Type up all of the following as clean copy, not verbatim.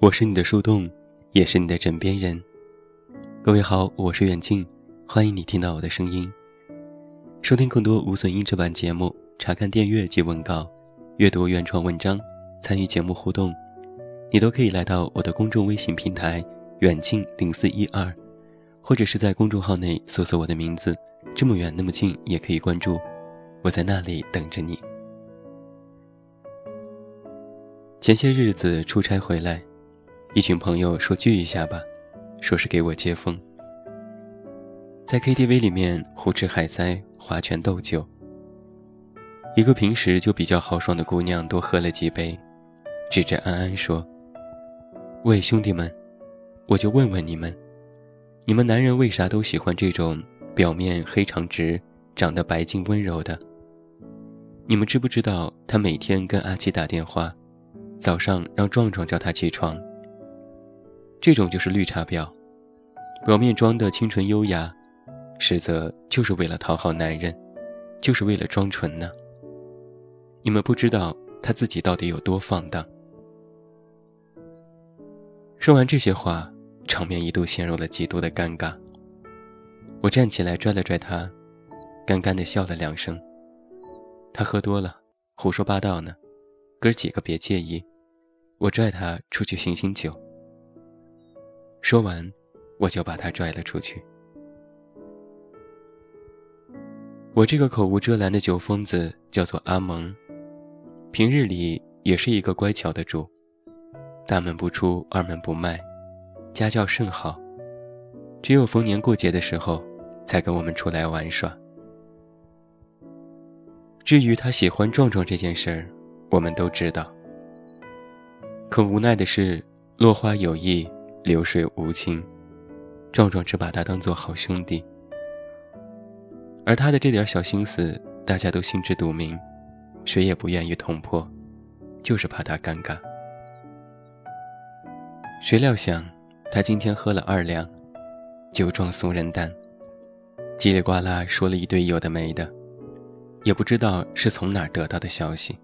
我是你的树洞，也是你的枕边人。各位好，我是远近，欢迎你听到我的声音。收听更多无损音质版节目，查看电阅及文稿，阅读原创文章，参与节目互动，你都可以来到我的公众微信平台远近0412，或者是在公众号内搜索我的名字，这么远那么近也可以关注，我在那里等着你。前些日子出差回来，一群朋友说聚一下吧，说是给我接风。在 KTV 里面胡吃海塞，划拳斗酒。一个平时就比较豪爽的姑娘多喝了几杯，指着安安说：喂兄弟们，我就问问你们，你们男人为啥都喜欢这种表面黑长直，长得白净温柔的？你们知不知道他每天跟阿七打电话，早上让壮壮叫他起床？这种就是绿茶婊，表面装的清纯优雅，实则就是为了讨好男人，就是为了装纯呢。你们不知道他自己到底有多放荡。说完这些话，场面一度陷入了极度的尴尬。我站起来拽了拽他，干干地笑了2声。他喝多了，胡说八道呢，哥几个别介意，我拽他出去醒醒酒。说完，我就把他拽了出去。我这个口无遮拦的酒疯子叫做阿蒙，平日里也是一个乖巧的主，大门不出二门不迈，家教甚好，只有逢年过节的时候才跟我们出来玩耍。至于他喜欢壮壮这件事儿，我们都知道。可无奈的是，落花有意，流水无情，壮壮只把他当作好兄弟。而他的这点小心思，大家都心知肚明，谁也不愿意捅破，就是怕他尴尬。谁料想，他今天喝了2两，酒壮怂人胆，叽里呱啦说了一堆有的没的，也不知道是从哪儿得到的消息。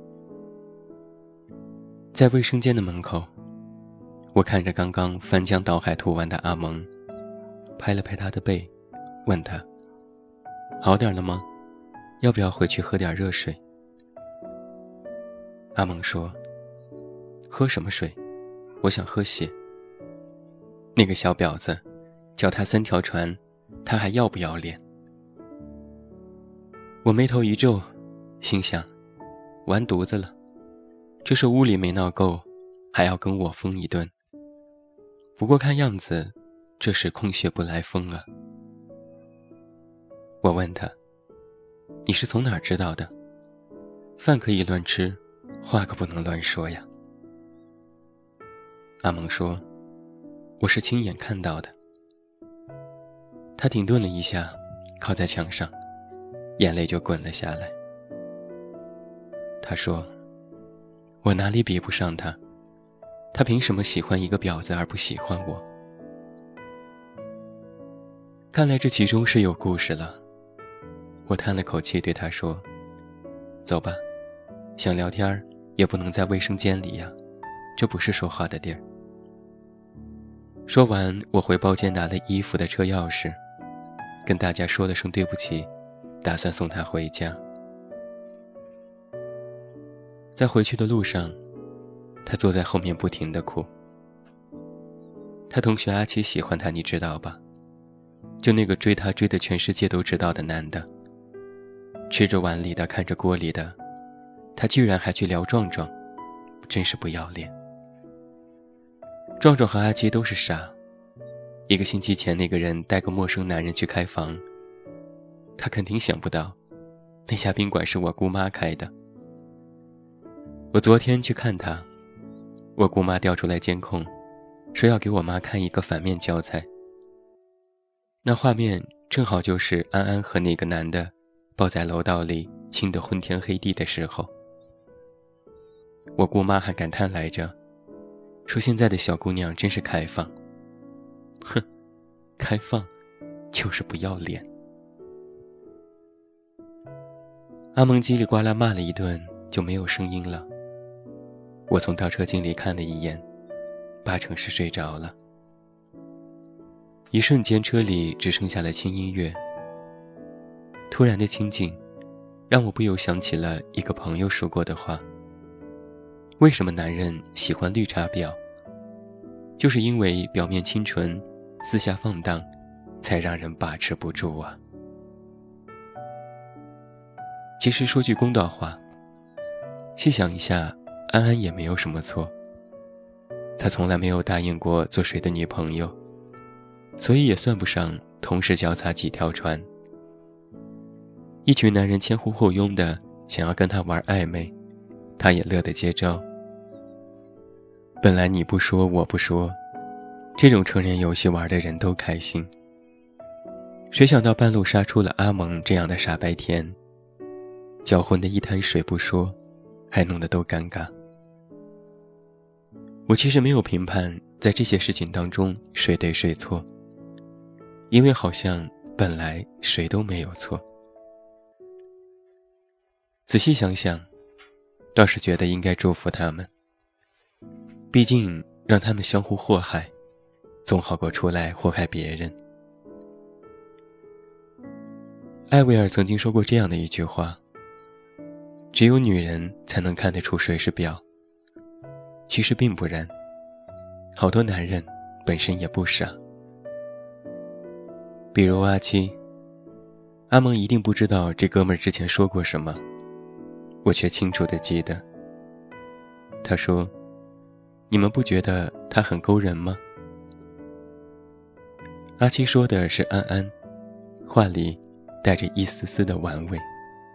在卫生间的门口，我看着刚刚翻江倒海吐完的阿蒙，拍了拍他的背，问他：好点了吗？要不要回去喝点热水？阿蒙说：喝什么水？我想喝血。那个小婊子，叫他3条船，他还要不要脸？我眉头一皱，心想：完犊子了，这是屋里没闹够，还要跟我疯一顿。不过看样子，这是空穴不来风啊。我问他：你是从哪儿知道的？饭可以乱吃，话可不能乱说呀。阿蒙说：我是亲眼看到的。他停顿了一下，靠在墙上，眼泪就滚了下来。他说：我哪里比不上他？他凭什么喜欢一个婊子而不喜欢我？看来这其中是有故事了。我叹了口气对他说：走吧，想聊天也不能在卫生间里呀，这不是说话的地儿。说完，我回包间拿了衣服的车钥匙，跟大家说了声对不起，打算送他回家。在回去的路上，他坐在后面不停地哭。他同学阿七喜欢他，你知道吧？就那个追他追得全世界都知道的男的，吃着碗里的看着锅里的，他居然还去聊壮壮，真是不要脸。壮壮和阿七都是傻，1个星期前那个人带个陌生男人去开房，他肯定想不到那家宾馆是我姑妈开的。我昨天去看他，我姑妈调出来监控，说要给我妈看一个反面教材。那画面正好就是安安和那个男的抱在楼道里亲得昏天黑地的时候。我姑妈还感叹来着，说现在的小姑娘真是开放。哼，开放就是不要脸。阿蒙叽里呱啦骂了一顿，就没有声音了。我从倒车镜里看了一眼， 成是睡着了。一瞬间，车里只剩下了轻音乐。突然的清静，让我不由想起了一个朋友说过的话：为什么男人喜欢绿茶婊？就是因为表面清纯，私下放荡，才让人把持不住啊。其实说句公道话，细想一下，安安也没有什么错。她从来没有答应过做谁的女朋友，所以也算不上同时脚踏几条船。一群男人前呼后拥的想要跟她玩暧昧，她也乐得接招。本来你不说我不说，这种成人游戏玩的人都开心。谁想到半路杀出了阿蒙这样的傻白甜，搅混的一滩水不说，还弄得都尴尬。我其实没有评判在这些事情当中谁对谁错，因为好像本来谁都没有错。仔细想想，倒是觉得应该祝福他们，毕竟让他们相互祸害，总好过出来祸害别人。艾薇儿曾经说过这样的一句话：只有女人才能看得出谁是婊。其实并不然，好多男人本身也不傻。比如阿七，阿蒙一定不知道这哥们儿之前说过什么，我却清楚地记得。他说：你们不觉得他很勾人吗？阿七说的是安安，话里带着一丝丝的玩味。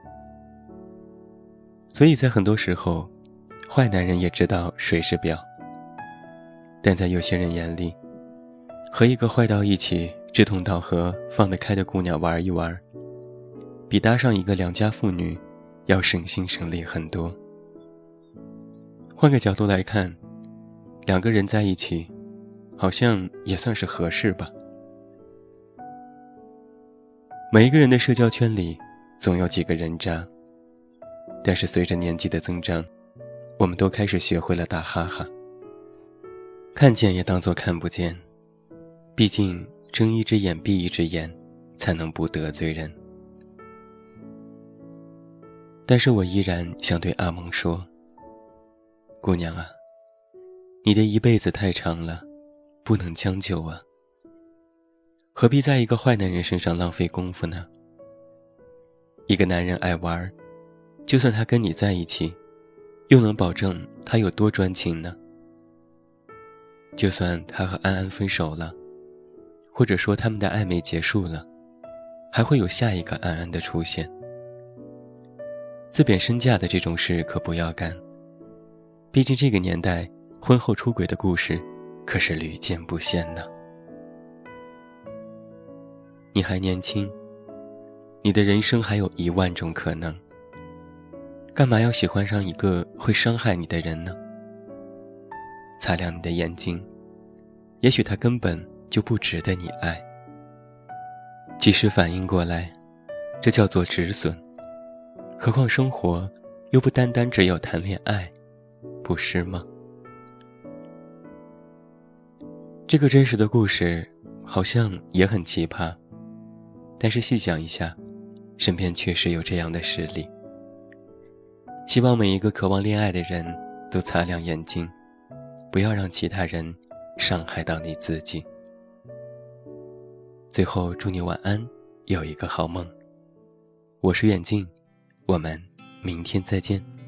所以在很多时候，坏男人也知道谁是婊，但在有些人眼里，和一个坏到一起志同道合放得开的姑娘玩一玩，比搭上一个良家妇女要省心省力很多。换个角度来看，两个人在一起好像也算是合适吧。每一个人的社交圈里总有几个人渣，但是随着年纪的增长，我们都开始学会了打哈哈，看见也当作看不见，毕竟睁一只眼闭一只眼才能不得罪人。但是我依然想对阿蒙说，姑娘啊，你的一辈子太长了，不能将就啊，何必在一个坏男人身上浪费功夫呢？一个男人爱玩，就算他跟你在一起，又能保证他有多专情呢？就算他和安安分手了，或者说他们的暧昧结束了，还会有下一个安安的出现。自贬身价的这种事可不要干，毕竟这个年代婚后出轨的故事可是屡见不鲜呢。你还年轻，你的人生还有10000种可能，干嘛要喜欢上一个会伤害你的人呢？擦亮你的眼睛，也许他根本就不值得你爱。及时反应过来，这叫做止损。何况生活又不单单只有谈恋爱，不是吗？这个真实的故事好像也很奇葩，但是细想一下，身边确实有这样的实例。希望每一个渴望恋爱的人都擦亮眼睛，不要让其他人伤害到你自己。最后祝你晚安，有一个好梦。我是远近，我们明天再见。